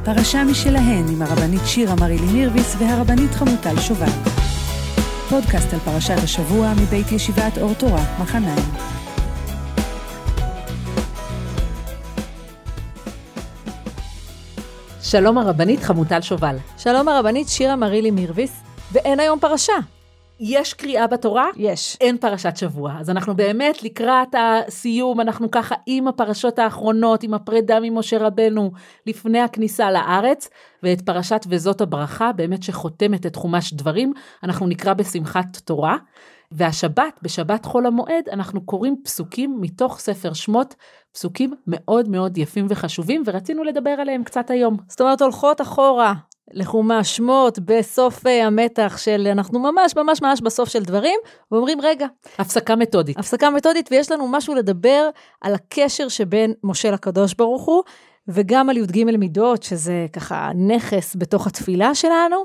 פרשה משלהן עם הרבנית שירה מרילי מירביס והרבנית חמוטל שובל. פודקאסט על פרשת השבוע מבית ישיבת אור תורה, מחניים. שלום הרבנית חמוטל שובל. שלום הרבנית שירה מרילי מירביס, ואין היום פרשה. יש קריאה בתורה? יש. אין פרשת שבוע. אז אנחנו באמת לקראת הסיום, אנחנו ככה עם הפרשות האחרונות, עם הפרידה ממשה רבנו, לפני הכניסה לארץ, ואת פרשת וזאת הברכה, באמת שחותמת את חומש דברים, אנחנו נקרא בשמחת תורה, והשבת, בשבת חול המועד, אנחנו קוראים פסוקים מתוך ספר שמות, פסוקים מאוד מאוד יפים וחשובים, ורצינו לדבר עליהם קצת היום. זאת אומרת, הולכות אחורה לחומש שמות בסוף המתח של, אנחנו ממש בסוף של דברים, ואומרים רגע. הפסקה מתודית. הפסקה מתודית, ויש לנו משהו לדבר על הקשר שבין משה לקדוש ברוך הוא, וגם על י"ג מידות, שזה ככה נכס בתוך התפילה שלנו,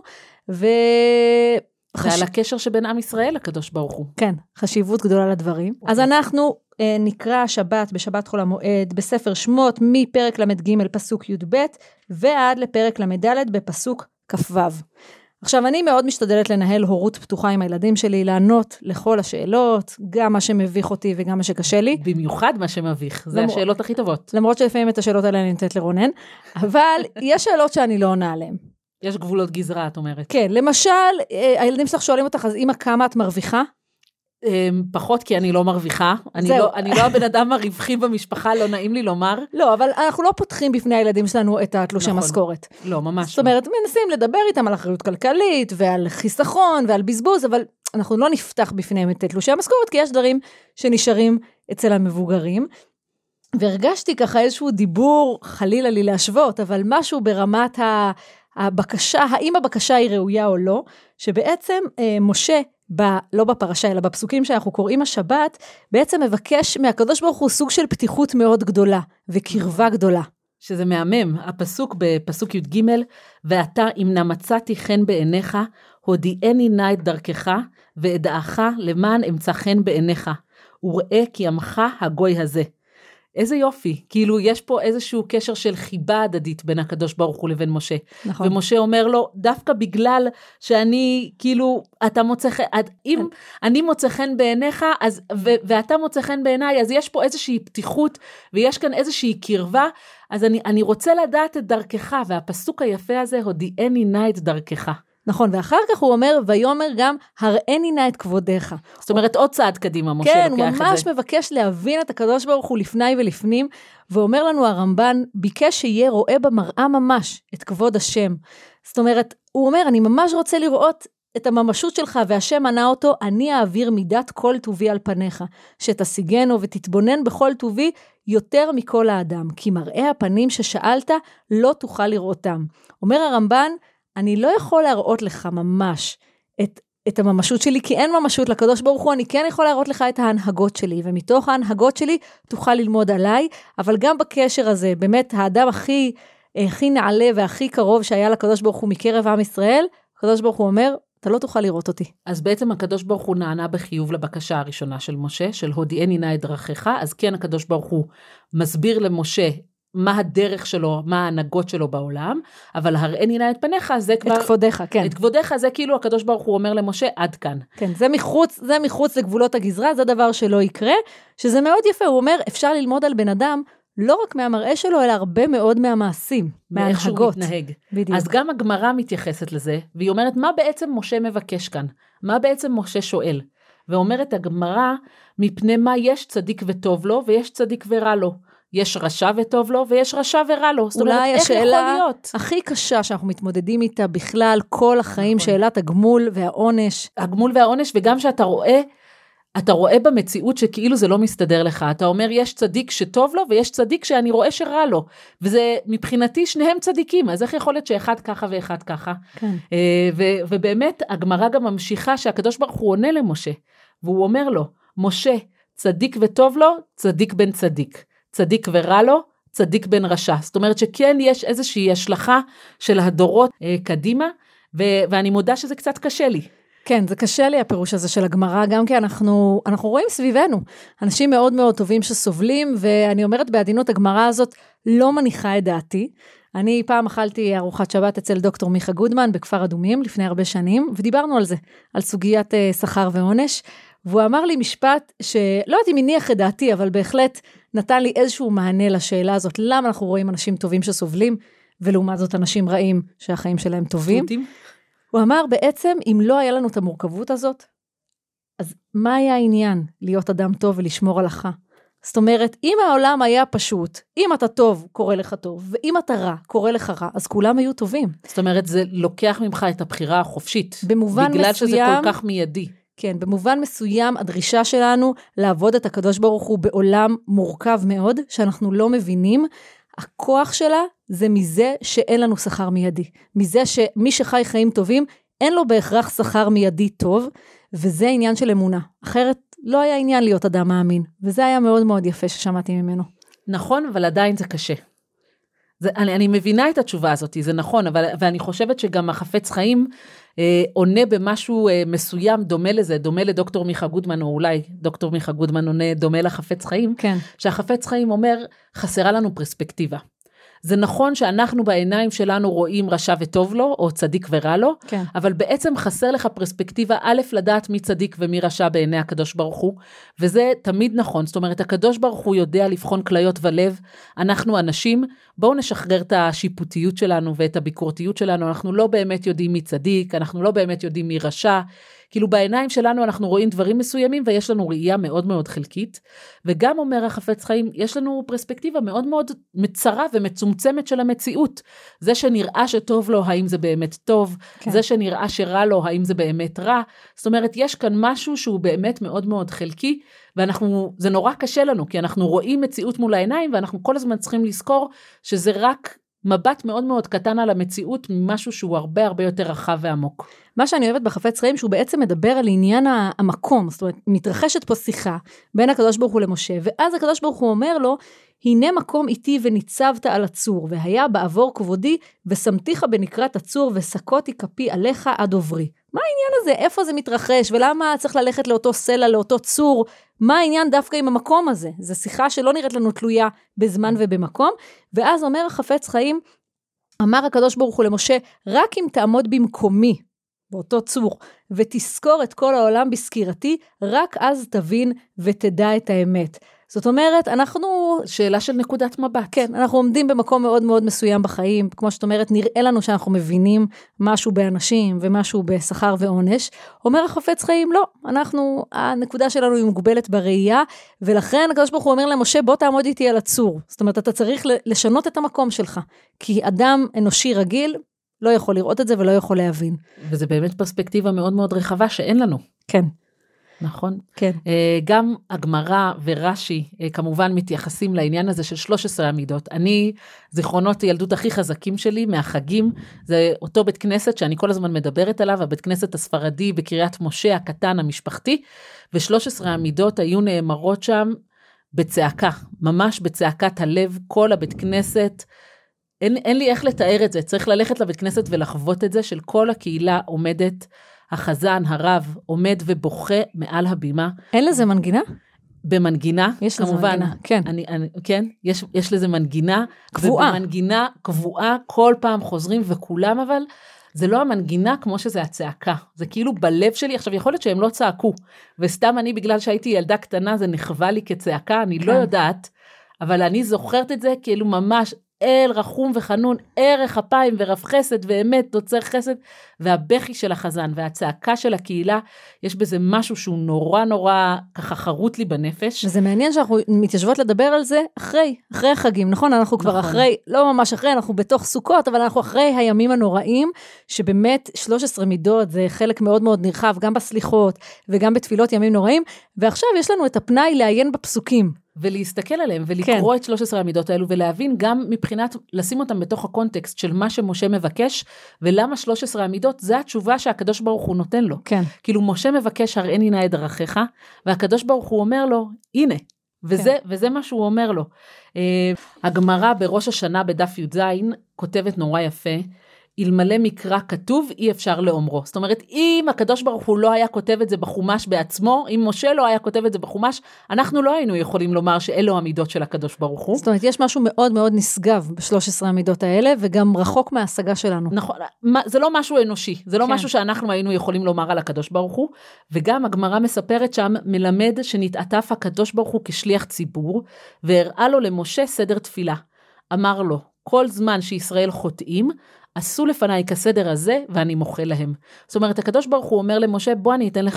ועל הקשר שבין עם ישראל לקדוש ברוך הוא. כן, חשיבות גדולה לדברים. אז אנחנו נקרא שבת בשבת חול המועד בספר שמות מפרק למ"ג פסוק י"ב ועד לפרק למ"ד בפסוק כ"ו. עכשיו אני מאוד משתדלת לנהל הורות פתוחה עם הילדים שלי, לענות לכל השאלות, גם מה שמביך אותי וגם מה שקשה לי. במיוחד מה שמביך, זה השאלות הכי טובות. למרות שלפעמים את השאלות האלה אני נותנת לרונן, אבל יש שאלות שאני לא עונה עליהן. יש גבולות גזרה, את אומרת. כן, למשל, הילדים שלך שואלים אותך, אז אמא, כמה את מרוויחה? פחות כי אני לא מרוויחה, אני לא הבן אדם הרווחי במשפחה, לא נעים לי לומר. לא, אבל אנחנו לא פותחים בפני הילדים שלנו את התלושי משכורת. לא, ממש. זאת אומרת, מנסים לדבר איתם על אחריות כלכלית, ועל חיסכון, ועל בזבוז, אבל אנחנו לא נפתח בפניהם את תלושי המשכורת, כי יש דברים שנשארים אצל המבוגרים. והרגשתי ככה איזשהו דיבור, חלילה לי להשוות, אבל משהו ברמת הבקשה, האם הבקשה היא ראויה או לא, שבעצם משה, לא בפרשה, אלא בפסוקים שאנחנו קוראים השבת, בעצם מבקש מהקדוש ברוך הוא סוג של פתיחות מאוד גדולה, וקרבה גדולה. שזה מהמם, הפסוק בפסוק י"ג, ואתה אם נמצאתי חן בעיניך, הודיעני נא את דרכך, ואדעך למען אמצא חן בעיניך, וראה כי עמך הגוי הזה. איזה יופי, כאילו יש פה איזשהו קשר של חיבה הדדית בין הקדוש ברוך הוא לבין משה. נכון. ומשה אומר לו, דווקא בגלל שאני, כאילו, אתה מוצא חן, אם אני מוצא חן בעיניך, ואתה מוצא חן בעיניי, אז יש פה איזושהי פתיחות, ויש כאן איזושהי קרבה, אז אני רוצה לדעת את דרכך, והפסוק היפה הזה, הודיעני נא את דרכך. נכון, ואחר כך הוא אומר, ויאמר גם, הראני נא את כבודך. זאת אומרת, עוד צעד קדימה, משה כן, לוקח את זה. הוא ממש מבקש להבין את הקדוש ברוך הוא לפני ולפנים, ואומר לנו הרמב"ן, ביקש שיהיה רואה במראה ממש את כבוד השם. זאת אומרת, הוא אומר, אני ממש רוצה לראות את הממשות שלך, והשם ענה אותו, אני אעביר מידת כל טובי על פניך, שתשיגנו ותתבונן בכל טובי יותר מכל האדם, כי מראה הפנים ששאלת לא תוכל לראותם. אומר הרמב"ן, אני לא יכול להראות לך ממש את הממשות שלי, כי אין ממשות לקדוש ברוך הוא, אני כן יכול להראות לך את ההנהגות שלי, ומתוך ההנהגות שלי תוכל ללמוד עליי, אבל גם בקשר הזה, באמת האדם הכי נעלה והכי קרוב שהיה לקדוש ברוך הוא מקרב עם ישראל, הקדוש ברוך הוא אומר, אתה לא תוכל לראות אותי. אז בעצם הקדוש ברוך הוא נענה בחיוב לבקשה הראשונה של משה, של הודיעני נא את דרכך, אז כן הקדוש ברוך הוא מסביר למשה, מה הדרך שלו, מה ההנהגות שלו בעולם, אבל הראני נא את פניך, זה כבר... את כבודך, כן. את כבודך, זה כאילו הקדוש ברוך הוא אומר למשה, עד כאן. כן, זה מחוץ לגבולות הגזרה, זה דבר שלא יקרה, שזה מאוד יפה, הוא אומר, אפשר ללמוד על בן אדם, לא רק מהמראה שלו, אלא הרבה מאוד מהמעשים, מההנהגות. מאיך שהוא מתנהג. בדיוק. אז גם הגמרא מתייחסת לזה, והיא אומרת, מה בעצם משה מבקש כאן? מה בעצם משה שואל? ואומרת הגמרא, מפני מה יש צדיק וטוב לו, ויש צדיק ורע לו. יש רשע וטוב לו, ויש רשע ורע לו. זאת אומרת, איך יכול להיות? אולי השאלה הכי קשה שאנחנו מתמודדים איתה בכלל, כל החיים, נכון. שאלת הגמול והעונש. הגמול והעונש, וגם שאתה רואה במציאות שכאילו זה לא מסתדר לך. אתה אומר, יש צדיק שטוב לו, ויש צדיק שאני רואה שרע לו. וזה מבחינתי שניהם צדיקים, אז איך יכול להיות שאחד ככה ואחד ככה? כן. ובאמת, הגמרא גם ממשיכה שהקדוש ברוך הוא עונה למשה, והוא אומר לו, משה, צדיק וטוב לו, צדיק בן צדיק. צדיק ורע לו, צדיק בן רשע. זאת אומרת שכן יש איזושהי השלכה של הדורות קדימה, ואני מודה שזה קצת קשה לי. כן, זה קשה לי הפירוש הזה של הגמרא, גם כי אנחנו רואים סביבנו, אנשים מאוד מאוד טובים שסובלים, ואני אומרת בעדינות, הגמרא הזאת לא מניחה את דעתי, אני פעם אכלתי ארוחת שבת אצל דוקטור מיכה גודמן בכפר אדומים לפני הרבה שנים, ודיברנו על זה, על סוגיית שכר ועונש, והוא אמר לי משפט שלא יודעת אם הניח את דעתי, אבל בהחלט נתן לי איזשהו מענה לשאלה הזאת, למה אנחנו רואים אנשים טובים שסובלים, ולעומת זאת אנשים רעים שהחיים שלהם טובים. הוא אמר בעצם, אם לא היה לנו את המורכבות הזאת, אז מה היה העניין להיות אדם טוב ולשמור הלכה? זאת אומרת, אם העולם היה פשוט, אם אתה טוב, קורא לך טוב, ואם אתה רע, קורא לך רע, אז כולם היו טובים. זאת אומרת, זה לוקח ממך את הבחירה החופשית. במובן בגלל מסוים, שזה כל כך מיידי. כן, במובן מסוים, הדרישה שלנו לעבוד את הקדוש ברוך הוא בעולם מורכב מאוד, שאנחנו לא מבינים, הכוח שלה זה מזה שאין לנו שכר מיידי. מזה שמי שחי חיים טובים, אין לו בהכרח שכר מיידי טוב, וזה עניין של אמונה. אחרת לא היה עניין להיות אדם מאמין, וזה היה מאוד מאוד יפה ששמעתי ממנו. נכון, אבל עדיין זה קשה. אני מבינה את התשובה הזאת, זה נכון, ואני חושבת שגם החפץ חיים עונה במשהו מסוים דומה לזה, דומה לדוקטור מיכה גודמן, או אולי דוקטור מיכה גודמן עונה דומה לחפץ חיים, כן. שהחפץ חיים אומר, חסרה לנו פרספקטיבה. זה נכון שאנחנו בעיניים שלנו רואים רשע וטוב לו, או צדיק ורע לו, כן. אבל בעצם חסר לך פרספקטיבה, א', לדעת מי צדיק ומי רשע בעיני הקדוש ברוך הוא, וזה תמיד נכון, זאת אומרת, הקדוש ברוך הוא יודע לבחון כליות ולב, אנחנו אנשים, בואו נשחרר את השיפוטיות שלנו ואת הביקורתיות שלנו, אנחנו לא באמת יודעים מי צדיק, אנחנו לא באמת יודעים מי רשע, כאילו בעיניים שלנו אנחנו רואים דברים מסוימים, ויש לנו ראייה מאוד מאוד חלקית, וגם אומר החפץ חיים, יש לנו פרספקטיבה מאוד מאוד מצרה ומצומצמת של המציאות. זה שנראה שטוב לו, האם זה באמת טוב? כן. זה שנראה שרע לו, האם זה באמת רע? זאת אומרת, יש כאן משהו שהוא באמת מאוד מאוד חלקי, זה נורא קשה לנו, כי אנחנו רואים מציאות מול העיניים, ואנחנו כל הזמן צריכים לזכור שזה רק מבט מאוד מאוד קטן על המציאות, ממשהו שהוא הרבה הרבה יותר רחב ועמוק. מה שאני אוהבת בחפץ חיים, שהוא בעצם מדבר על עניין המקום, זאת אומרת, מתרחשת פה שיחה בין הקדוש ברוך הוא למשה, ואז הקדוש ברוך הוא אומר לו, הנה מקום איתי וניצבת על הצור, והיה בעבור כבודי, ושמתיך בנקרת הצור, וסקותי כפי עליך עד עוברי. מה העניין הזה? איפה זה מתרחש? ולמה צריך ללכת לאותו סלע, לאותו צור? מה העניין דווקא עם המקום הזה? זו שיחה שלא נראית לנו תלויה בזמן ובמקום, ואז אומר החפץ חיים, אמר הקדוש ברוך הוא למשה, רק אם תעמוד במקומי, באותו צור, ותזכור את כל העולם בסקירתי, רק אז תבין ותדע את האמת. זאת אומרת, אנחנו... שאלה של נקודת מבט. כן, אנחנו עומדים במקום מאוד מאוד מסוים בחיים, כמו שאת אומרת, נראה לנו שאנחנו מבינים משהו באנשים ומשהו בשכר ועונש. אומר החפץ חיים, לא, הנקודה שלנו היא מוגבלת בראייה, ולכן הקדוש ברוך הוא אומר למשה, בוא תעמוד איתי על הצור. זאת אומרת, אתה צריך לשנות את המקום שלך, כי אדם אנושי רגיל לא יכול לראות את זה ולא יכול להבין. וזה באמת פרספקטיבה מאוד מאוד רחבה שאין לנו. כן. נכון? כן. גם הגמרא ורש"י כמובן מתייחסים לעניין הזה של 13 המידות. זיכרונות ילדות הכי חזקים שלי מהחגים, זה אותו בית כנסת שאני כל הזמן מדברת עליו, הבית כנסת הספרדי בקריית משה הקטן המשפחתי, ו13 המידות היו נאמרות שם בצעקה, ממש בצעקת הלב, כל הבית כנסת, אין לי איך לתאר את זה, צריך ללכת לבית כנסת ולחוות את זה, של כל הקהילה עומדת, החזן, הרב, עומד ובוכה מעל הבימה. אין לזה מנגינה? במנגינה, יש כמובן, לזה מנגינה, כן. כן, יש לזה מנגינה. קבועה. ובמנגינה קבועה, כל פעם חוזרים, וכולם אבל, זה לא המנגינה כמו שזה הצעקה. זה כאילו בלב שלי, עכשיו יכול להיות שהם לא צעקו, וסתם אני, בגלל שהייתי ילדה קטנה, זה נחווה לי כצעקה, אני לא יודעת, אבל אני זוכרת את זה כאילו ממש, אל רחום וחנון, ערך אפיים ורב חסד ואמת תוצר חסד, והבכי של החזן והצעקה של הקהילה, יש בזה משהו שהוא נורא נורא ככה חרוט לי בנפש. וזה מעניין שאנחנו מתיישבות לדבר על זה אחרי החגים, נכון? אנחנו כבר אחרי, לא ממש אחרי, אנחנו בתוך סוכות, אבל אנחנו אחרי הימים הנוראים, שבאמת 13 מידות זה חלק מאוד מאוד נרחב, גם בסליחות וגם בתפילות ימים נוראים, ועכשיו יש לנו את הפנאי לעיין בפסוקים. ולהסתכל עליהם, ולקרוא את 13 המידות האלו, ולהבין גם מבחינת, לשים אותם בתוך הקונטקסט של מה שמשה מבקש, ולמה 13 המידות, זה התשובה שהקדוש ברוך הוא נותן לו. כן. כאילו משה מבקש, הראני נא את דרכיך, והקדוש ברוך הוא אומר לו, הנה, וזה מה שהוא אומר לו. הגמרא בראש השנה בדף י"ז, כותבת נורא יפה, אלמלא מקרא כתוב, אי אפשר לאומרו. זאת אומרת, אם הקדוש ברוך הוא לא היה כותב את זה בחומש בעצמו, אם משה לא היה כותב את זה בחומש, אנחנו לא היינו יכולים לומר שאלו המידות של הקדוש ברוך הוא. זאת אומרת, יש משהו מאוד מאוד נשגב ב13 המידות האלה, וגם רחוק מההשגה שלנו. נכון, זה לא משהו אנושי, זה לא משהו שאנחנו היינו יכולים לומר על הקדוש ברוך הוא, וגם הגמרא מספרת שם, מלמד שנתעטף הקדוש ברוך הוא כשליח ציבור, והראה לו למשה סדר תפילה. אמר לו, כל זמן שישראל חוטאים, עשו לפניי כסדר הזה, ואני מוחה להם. זאת אומרת, הקדוש ברוך הוא אומר למשה, בוא אני אתן לך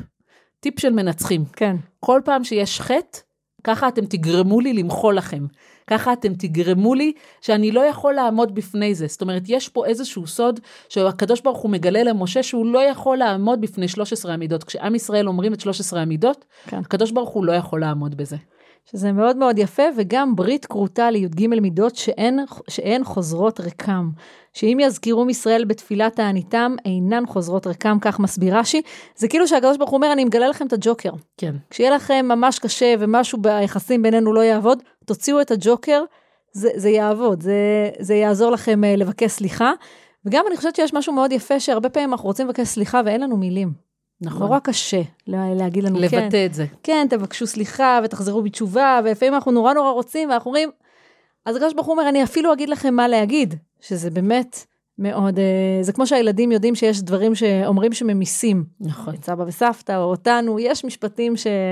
טיפ של מנצחים. כן. כל פעם שיש חטא, ככה אתם תגרמו לי למחול לכם. ככה אתם תגרמו לי שאני לא יכול לעמוד בפני זה. זאת אומרת, יש פה איזשהו סוד שהקדוש ברוך הוא מגלה למשה שהוא לא יכול לעמוד בפני 13 המידות. כשעם ישראל אומרים את 13 המידות, כן. הקדוש ברוך הוא לא יכול לעמוד בזה. שזה מאוד מאוד יפה, וגם ברית קרותה לי"ג מידות שאין חוזרות ריקם. שאם יזכירום ישראל בתפילת תעניתם, אינן חוזרות ריקם, כך מסביר רש"י. זה כאילו שהקדוש ברוך הוא אומר, אני מגלה לכם את הג'וקר. כן. כשיהיה לכם ממש קשה, ומשהו ביחסים בינינו לא יעבוד, תוציאו את הג'וקר, זה יעבוד, זה יעזור לכם לבקש סליחה. וגם אני חושבת שיש משהו מאוד יפה, שהרבה פעמים אנחנו רוצים לבקש סליחה, ואין לנו מילים. נכון. נורא קשה להגיד לנו, לבטא כן, את זה. כן, תבקשו סליחה ותחזרו בתשובה, ולפעמים אנחנו נורא רוצים, ואנחנו אומרים, אז הקדוש ברוך הוא אומר, אני אפילו אגיד לכם מה להגיד, שזה באמת מאוד, זה כמו שהילדים יודעים שיש דברים שאומרים שממיסים. נכון. את סבא וסבתא או אותנו, יש משפטים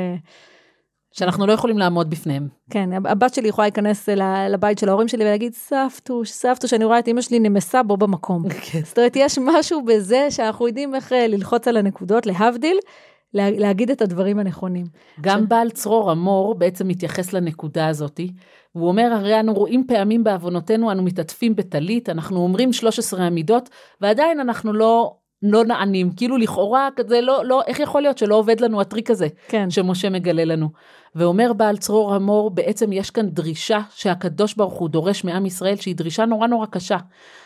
שאנחנו לא יכולים לעמוד בפניהם. כן, הבת שלי יכולה להיכנס לבית של ההורים שלי ולהגיד, סבתו, שאני רואה את אמא שלי נמסה בו במקום. זאת אומרת, יש משהו בזה שאנחנו יודעים איך ללחוץ על הנקודות, להבדיל, להגיד את הדברים הנכונים. גם בעל צרור המור בעצם מתייחס לנקודה הזאת, והוא אומר, הרי אנו רואים פעמים בעוונותינו, אנו מתעטפים בטלית, אנחנו אומרים 13 המידות, ועדיין אנחנו לא נענים, כאילו לכאורה, זה לא, איך יכול להיות שלא עובד לנו הטריק הזה, כן. שמשה מגלה לנו. ואומר בעל צרור המור, בעצם יש כאן דרישה שהקדוש ברוך הוא דורש מעם ישראל, שהיא דרישה נורא קשה.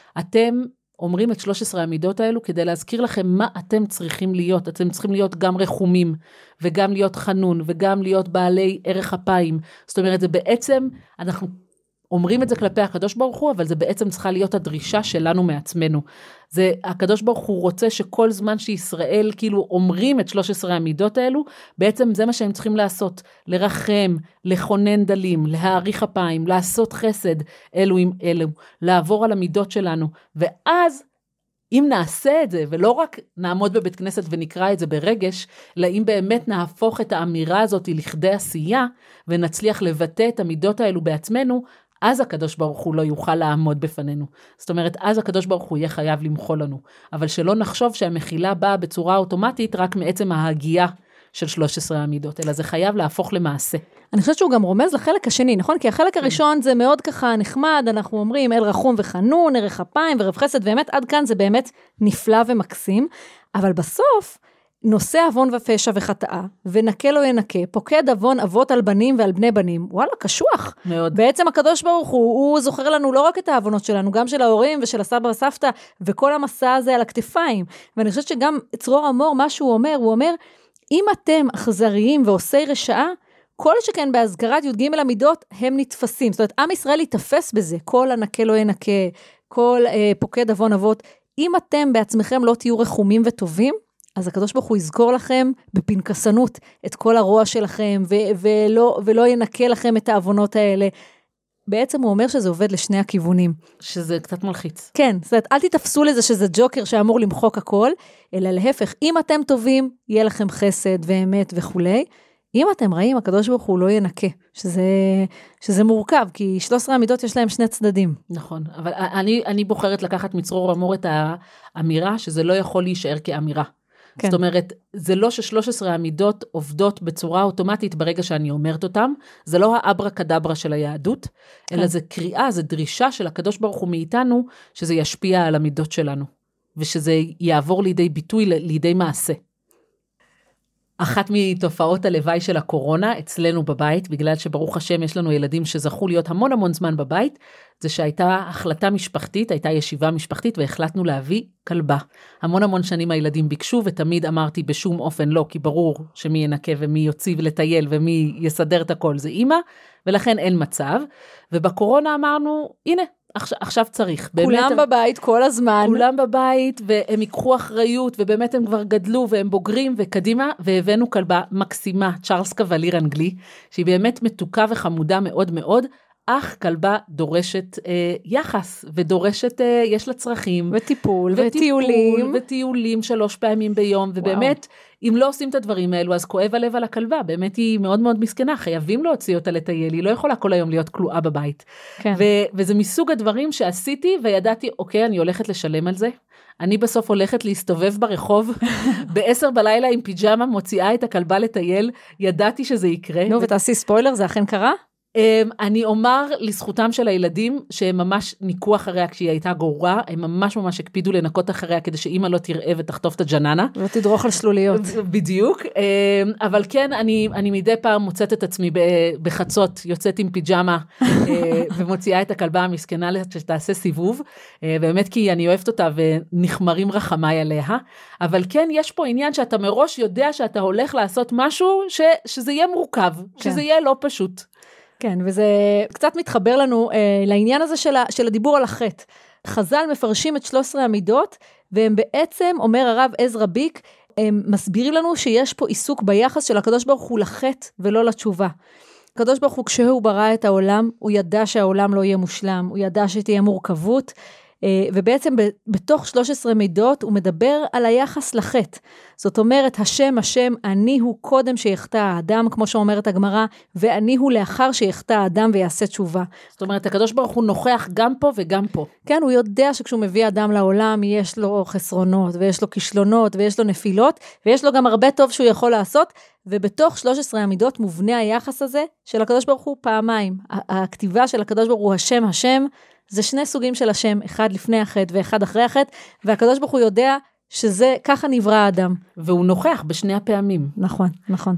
אתם אומרים את 13 המידות האלו, כדי להזכיר לכם מה אתם צריכים להיות. אתם צריכים להיות גם רחומים, וגם להיות חנון, וגם להיות בעלי ערך אפיים. זאת אומרת, זה בעצם, אנחנו אומרים את זה כלפי הקדוש ברוך הוא, אבל זה בעצם צריכה להיות הדרישה שלנו מעצמנו. זה, הקדוש ברוך הוא רוצה שכל זמן שישראל כאילו אומרים את 13 המידות האלו, בעצם זה מה שהם צריכים לעשות, לרחם, לכונן דלים, להאריך אפיים, לעשות חסד אלו עם אלו, לעבור על המידות שלנו, ואז אם נעשה את זה, ולא רק נעמוד בבית כנסת ונקרא את זה ברגש, אלא אם באמת נהפוך את האמירה הזאת לכדי עשייה, ונצליח לבטא את המידות האלו בעצמנו, אז הקדוש ברוך הוא לא יוכל לעמוד בפנינו. זאת אומרת, אז הקדוש ברוך הוא יהיה חייב למחול לנו. אבל שלא נחשוב שהמחילה באה בצורה אוטומטית, רק מעצם ההגייה של 13 המידות, אלא זה חייב להפוך למעשה. אני חושבת שהוא גם רומז לחלק השני, נכון? כי החלק הראשון זה מאוד ככה נחמד, אנחנו אומרים אל רחום וחנון, ערך אפיים ורב חסד, באמת עד כאן זה באמת נפלא ומקסים, אבל בסוף, נושא אבון ופשע וחטאה, ונקה לא ינקה, פוקד אבון אבות על בנים ועל בני בנים, וואלה, קשוח. מאוד. בעצם הקדוש ברוך הוא זוכר לנו לא רק את האבונות שלנו, גם של ההורים ושל הסבא וסבתא, וכל המסע הזה על הכתפיים. ואני חושבת שגם צרור המור, מה שהוא אומר, אם אתם אכזריים ועושי רשעה, כל שכן בהזכרת י"ג המידות, הם נתפסים. זאת אומרת, עם ישראל יתפס בזה, כל הנקה לא ינקה, כל פוקד אבון אבות. אם אתם בעצמכם לא תהיו רחומים וטובים, אז הקדוש ברוך הוא יזכור לכם בפנקסנות את כל הרוע שלכם, ולא ינקה לכם את האבונות האלה. בעצם הוא אומר שזה עובד לשני הכיוונים. שזה קצת מלחיץ. כן, זאת אומרת, אל תתפסו לזה שזה ג'וקר שאמור למחוק הכל, אלא להפך, אם אתם טובים, יהיה לכם חסד ואמת וכו'. אם אתם רעים, הקדוש ברוך הוא לא ינקה, שזה מורכב, כי 13 המידות יש להם שני צדדים. נכון, אבל אני בוחרת לקחת מצרור המור את האמירה, שזה לא יכול להישאר כאמירה. כן. זאת אומרת, זה לא ש13 המידות עובדות בצורה אוטומטית ברגע שאני אומרת אותם, זה לא האברה קדברה של היהדות, כן. אלא זה קריאה, זה דרישה של הקדוש ברוך הוא מאיתנו, שזה ישפיע על המידות שלנו, ושזה יעבור לידי ביטוי, לידי מעשה. אחת מתופעות הלוואי של הקורונה אצלנו בבית, בגלל שברוך השם יש לנו ילדים שזכו להיות המון זמן בבית, זה שהייתה החלטה משפחתית, הייתה ישיבה משפחתית והחלטנו להביא כלבה. המון שנים הילדים ביקשו ותמיד אמרתי בשום אופן לא, כי ברור שמי ינקה ומי יוציא לטייל ומי יסדר את הכל זה אמא, ולכן אין מצב. ובקורונה אמרנו, הנה, עכשיו צריך. כולם בבית כל הזמן. כולם בבית, והם ייקחו אחריות, ובאמת הם כבר גדלו, והם בוגרים, וקדימה, והבאנו כלבה מקסימה, צ'ארלס קווליר אנגלי, שהיא באמת מתוקה וחמודה מאוד מאוד, אך כלבה דורשת יחס, ודורשת, יש לה צרכים. וטיפול, וטיולים. וטיולים 3 פעמים ביום, ובאמת, אם לא עושים את הדברים האלו, אז כואב הלב על הכלבה, באמת היא מאוד מאוד מסכנה, חייבים להוציא אותה לטייל, היא לא יכולה כל היום להיות כלואה בבית. כן. וזה מסוג הדברים שעשיתי, וידעתי, אוקיי, אני הולכת לשלם על זה, אני בסוף הולכת להסתובב ברחוב, ב10 בלילה עם פיג'מה, מוציאה את הכלבה לטייל, ידעתי שזה יקרה. נו, ותעשי ספוילר, זה אכן קרה? אני אומר לזכותם של הילדים שהם ממש ניקו אחריה כשהיא הייתה גרורה, הם ממש ממש הקפידו לנקות אחריה כדי שאמא לא תראה ותחטוף את הג'ננה. ותדרוך על שלוליות. בדיוק, אבל כן, אני מדי פעם מוצאת את עצמי בחצות, יוצאת עם פיג'מה ומוציאה את הכלבה המסכנה שתעשה סיבוב, באמת כי אני אוהבת אותה ונחמרים רחמיי עליה, אבל כן יש פה עניין שאתה מראש יודע שאתה הולך לעשות משהו שזה יהיה מורכב, שזה יהיה לא פשוט. כן, וזה קצת מתחבר לנו לעניין הזה של הדיבור על החטא. חז"ל מפרשים את 13 המידות, והם בעצם, אומר הרב עזרא ביק, הם מסבירים לנו שיש פה עיסוק ביחס של הקדוש ברוך הוא לחטא ולא לתשובה. הקדוש ברוך הוא כשהוא ברא את העולם, הוא ידע שהעולם לא יהיה מושלם, הוא ידע שתהיה מורכבות, ובעצם בתוך 13 מידות הוא מדבר על היחס לחטא. זאת אומרת, השם, אני הוא קודם שיחטא האדם, כמו שאומרת הגמרא, ואני הוא לאחר שיחטא האדם ויעשה תשובה. זאת אומרת, הקדוש ברוך הוא נוכח גם פה וגם פה. כן, הוא יודע שכשהוא מביא אדם לעולם, יש לו חסרונות, ויש לו כישלונות, ויש לו נפילות, ויש לו גם הרבה טוב שהוא יכול לעשות, ובתוך 13 המידות מובנה היחס הזה של הקדוש ברוך הוא פעמיים. הכתיבה של הקדוש ברוך הוא השם, זה 2 סוגים של השם, אחד לפני החטא ואחד אחרי החטא, והקדוש ברוך הוא יודע שזה, ככה נברא האדם. והוא נוכח בשני הפעמים. נכון, נכון.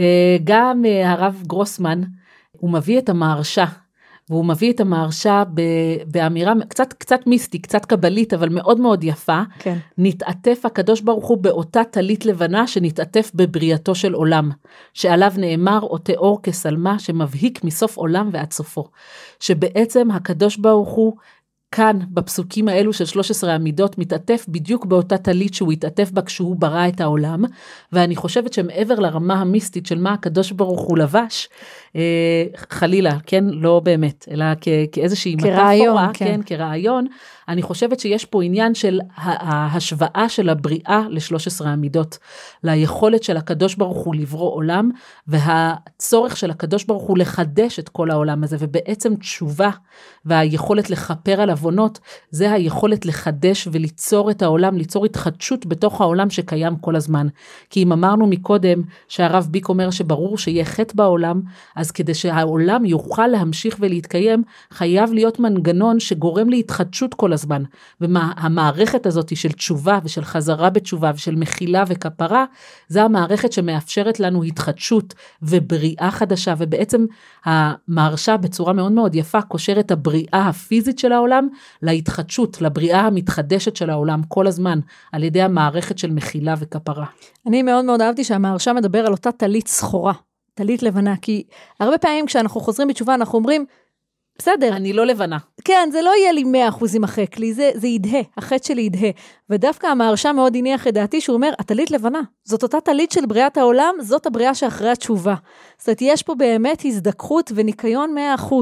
גם הרב גרוסמן, הוא מביא את המהרשה, והוא מביא את המהרשה באמירה קצת מיסטי, קצת קבלית, אבל מאוד מאוד יפה. כן. נתעטף הקדוש ברוך הוא באותה טלית לבנה, שנתעטף בבריאתו של עולם, שעליו נאמר, או תיאור כסלמה, שמבהיק מסוף עולם ועד סופו. שבעצם הקדוש ברוך הוא, כאן בפסוקים האלו של 13 המידות, מתעטף בדיוק באותה טלית שהוא התעטף בה כשהוא ברא את העולם, ואני חושבת שמעבר לרמה המיסטית של מה הקדוש ברוך הוא לבש, חלילה, כן, לא באמת, אלא כאיזושהי מטאפורה, כן, כרעיון, אני חושבת שיש פה עניין של ההשוואה של הבריאה ל13 המידות, ליכולת של הקדוש ברוך הוא לברוא עולם, והצורך של הקדוש ברוך הוא לחדש את כל העולם הזה, ובעצם תשובה, והיכולת לכפר על עוונות, זה היכולת לחדש וליצור את העולם, ליצור התחדשות בתוך העולם שקיים כל הזמן. כי אם אמרנו מקודם, שהרב ביק אומר שברור שיהיה חטא בעולם, אז כדי שהעולם יוכל להמשיך ולהתקיים, חייב להיות מנגנון שגורם להתחדשות כל הזמן. והמערכת הזאת של תשובה ושל חזרה בתשובה ושל מחילה וכפרה, זה המערכת שמאפשרת לנו התחדשות ובריאה חדשה, ובעצם המהרשה בצורה מאוד מאוד יפה קושר את הבריאה הפיזית של העולם להתחדשות, לבריאה המתחדשת של העולם כל הזמן, על ידי המערכת של מחילה וכפרה. אני מאוד מאוד אהבתי שהמהרשה מדבר על אותה טלית סחורה, טלית לבנה, כי הרבה פעמים כשאנחנו חוזרים בתשובה אנחנו אומרים, בסדר. אני לא לבנה. כן, זה לא יהיה לי 100% עם החטא לי, זה ידהה, החטא שלי ידהה. ודווקא המהרשה מאוד הניח את דעתי, שהוא אומר, הטלית לבנה, זאת אותה טלית של בריאת העולם, זאת הבריאה שאחרי התשובה. זאת אומרת, יש פה באמת הזדקחות וניקיון 100%.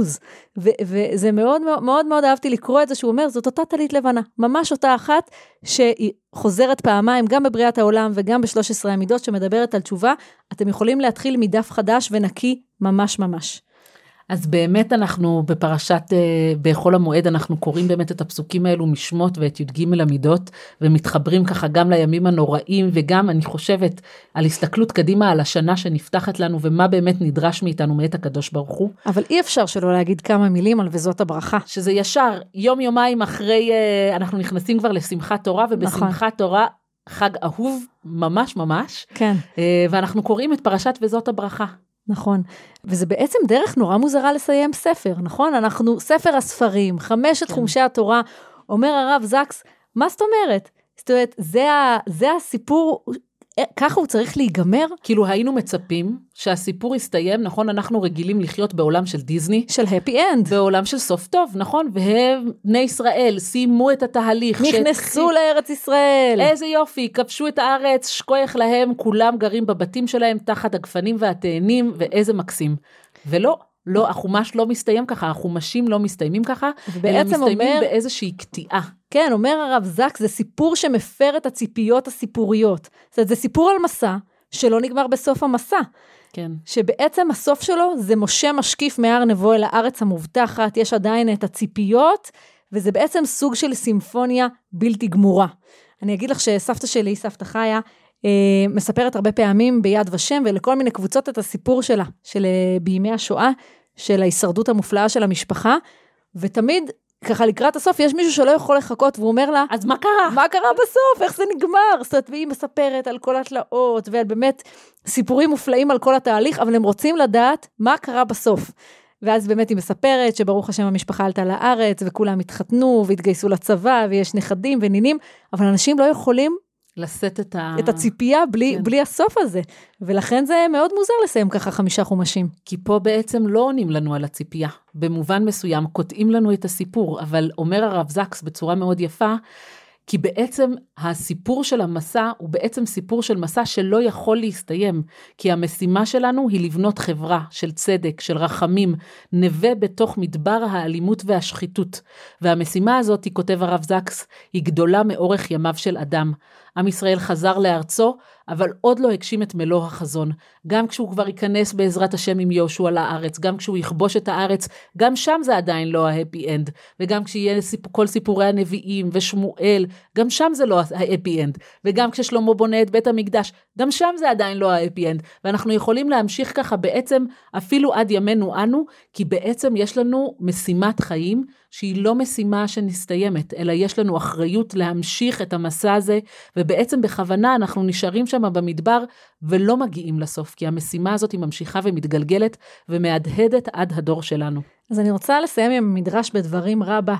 וזה מאוד מאוד מאוד אהבתי לקרוא את זה, שהוא אומר, זאת אותה טלית לבנה, ממש אותה אחת שהיא חוזרת פעמיים, גם בבריאת העולם וגם ב13 המידות שמדברת על תשובה. אתם יכולים להתחיל מדף חדש ונקי ממש ממש. אז באמת אנחנו בפרשת, בחול המועד, אנחנו קוראים באמת את הפסוקים האלו משמות ואת י"ג המידות, ומתחברים ככה גם לימים הנוראים, וגם אני חושבת על הסתכלות קדימה על השנה שנפתחת לנו, ומה באמת נדרש מאיתנו מאת הקדוש ברוך הוא. אבל אי אפשר שלא להגיד כמה מילים על וזאת הברכה. שזה ישר, יום יומיים אחרי, אנחנו נכנסים כבר לשמחת תורה, ובשמחת תורה חג אהוב ממש ממש. כן. ואנחנו קוראים את פרשת וזאת הברכה. נכון, וזה בעצם דרך נורא מוזרה לסיים ספר, נכון? אנחנו, ספר הספרים, 5 חומשי התורה, אומר הרב זקס, מה זאת אומרת? זאת אומרת, זה הסיפור, ככה הוא צריך להיגמר? כאילו היינו מצפים שהסיפור יסתיים, נכון? אנחנו רגילים לחיות בעולם של דיזני. של happy end. בעולם של סוף טוב, נכון? והם, בני ישראל, סיימו את התהליך. נכנסו לארץ ישראל. איזה יופי, כבשו את הארץ, שכוח להם, כולם גרים בבתים שלהם, תחת הגפנים והתאנים, ואיזה מקסים. ולא. לא, החומש לא מסתיים ככה, החומשים לא מסתיימים ככה, אלא מסתיימים באיזושהי קטיעה. כן, אומר הרב זקס, זה סיפור שמפר את הציפיות הסיפוריות. זאת אומרת, זה סיפור על מסע, שלא נגמר בסוף המסע. כן. שבעצם הסוף שלו, זה משה משקיף מהר נבו אל הארץ המובטחת, יש עדיין את הציפיות, וזה בעצם סוג של סימפוניה בלתי גמורה. אני אגיד לך שסבתא שלי, סבתא חיה, מספרת הרבה פעמים ביד ושם, ולכל מיני קבוצות את הסיפור שלה, של בימי השואה, של ההישרדות המופלאה של המשפחה, ותמיד, ככה לקראת הסוף, יש מישהו שלא יכול לחכות, והוא אומר לה, אז מה קרה? מה קרה בסוף? איך זה נגמר? זאת אומרת, והיא מספרת על כל התלאות, ועל באמת סיפורים מופלאים על כל התהליך, אבל הם רוצים לדעת מה קרה בסוף. ואז באמת היא מספרת שברוך השם המשפחה עלתה לארץ, וכולם התחתנו, והתגייסו לצבא, ויש נכדים ונינים, אבל אנשים לא יכולים לשאת את הציפייה בלי הסוף הזה. ולכן זה מאוד מוזר לסיים ככה 5 חומשים. כי פה בעצם לא עונים לנו על הציפייה. במובן מסוים קוטעים לנו את הסיפור, אבל אומר הרב זקס בצורה מאוד יפה, כי בעצם הסיפור של המסע הוא בעצם סיפור של מסע שלא יכול להסתיים, כי המשימה שלנו היא לבנות חברה של צדק, של רחמים, נווה בתוך מדבר האלימות והשחיתות. והמשימה הזאת, היא כותב הרב זקס, היא גדולה מאורך ימיו של אדם. עם ישראל חזר לארצו, אבל עוד לא הגשים את מלוא החזון. גם כשהוא כבר ייכנס בעזרת השם עם יהושע לארץ, גם כשהוא יכבוש את הארץ, גם שם זה עדיין לא ההפי אנד. וגם כשיהיה כל סיפורי הנביאים ושמואל, גם שם זה לא ההפי אנד. וגם כששלמה בונה את בית המקדש, גם שם זה עדיין לא ההפי אנד. ואנחנו יכולים להמשיך ככה בעצם אפילו עד ימינו אנו, כי בעצם יש לנו משימת חיים, שהיא לא משימה שנסתיימת, אלא יש לנו אחריות להמשיך את המסע הזה, ובעצם בכוונה אנחנו נשארים שם במדבר, ולא מגיעים לסוף, כי המשימה הזאת היא ממשיכה ומתגלגלת, ומהדהדת עד הדור שלנו. אז אני רוצה לסיים עם מדרש בדברים רבה,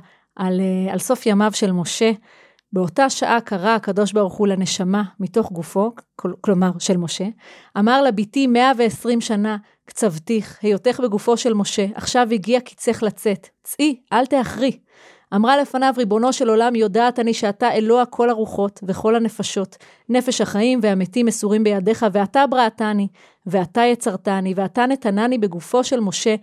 על סוף ימיו של משה. באותה שעה קרא הקדוש ברוך הוא לנשמה מתוך גופו, כלומר של משה, אמר לה, ביתי 120 שנה קצבתיך, היותך בגופו של משה, עכשיו הגיע קיצך לצאת, צאי, אל תאחרי. אמרה לפניו, ריבונו של עולם, יודעת אני שאתה אלוה כל הרוחות וכל הנפשות, נפש החיים והמתים מסורים בידיך, ואתה בראתני, ואתה יצרתני, ואתה נתנני בגופו של משה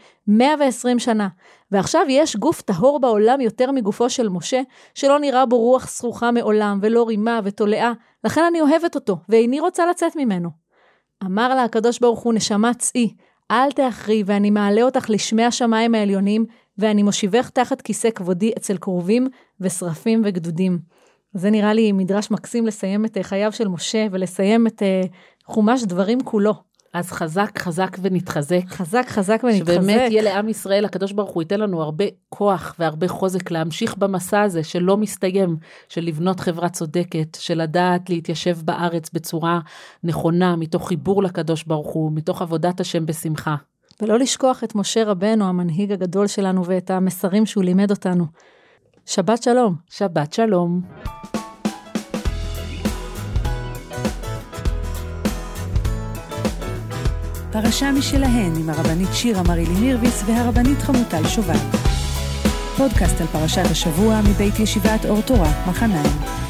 120 שנה. ועכשיו יש גוף טהור בעולם יותר מגופו של משה, שלא נראה בו רוח שרוחה מעולם, ולא רימה ותולעה, לכן אני אוהבת אותו, ואיני רוצה לצאת ממנו. אמר לה הקדוש ברוך הוא, נשמה צאי, אל תאחרי, ואני מעלה אותך לשמי השמיים העליונים, ואני מושיבך תחת כיסא כבודי אצל קרובים ושרפים וגדודים. זה נראה לי מדרש מקסים לסיים את חייו של משה, ולסיים את חומש דברים כולו. אז חזק, חזק ונתחזק. חזק, חזק ונתחזק. שבאמת יהיה לעם ישראל, הקדוש ברוך הוא ייתן לנו הרבה כוח והרבה חוזק להמשיך במסע הזה שלא מסתיים, של לבנות חברה צודקת, של לדעת להתיישב בארץ בצורה נכונה, מתוך חיבור לקדוש ברוך הוא, מתוך עבודת השם בשמחה. ולא לשכוח את משה רבנו, המנהיג הגדול שלנו, ואת המסרים שהוא לימד אותנו. שבת שלום. שבת שלום. פרשה משלהן עם הרבנית שירה מרילי מירביס והרבנית חמוטל שובל. פודקאסט על פרשת השבוע מבית ישיבת אור תורה מחניים.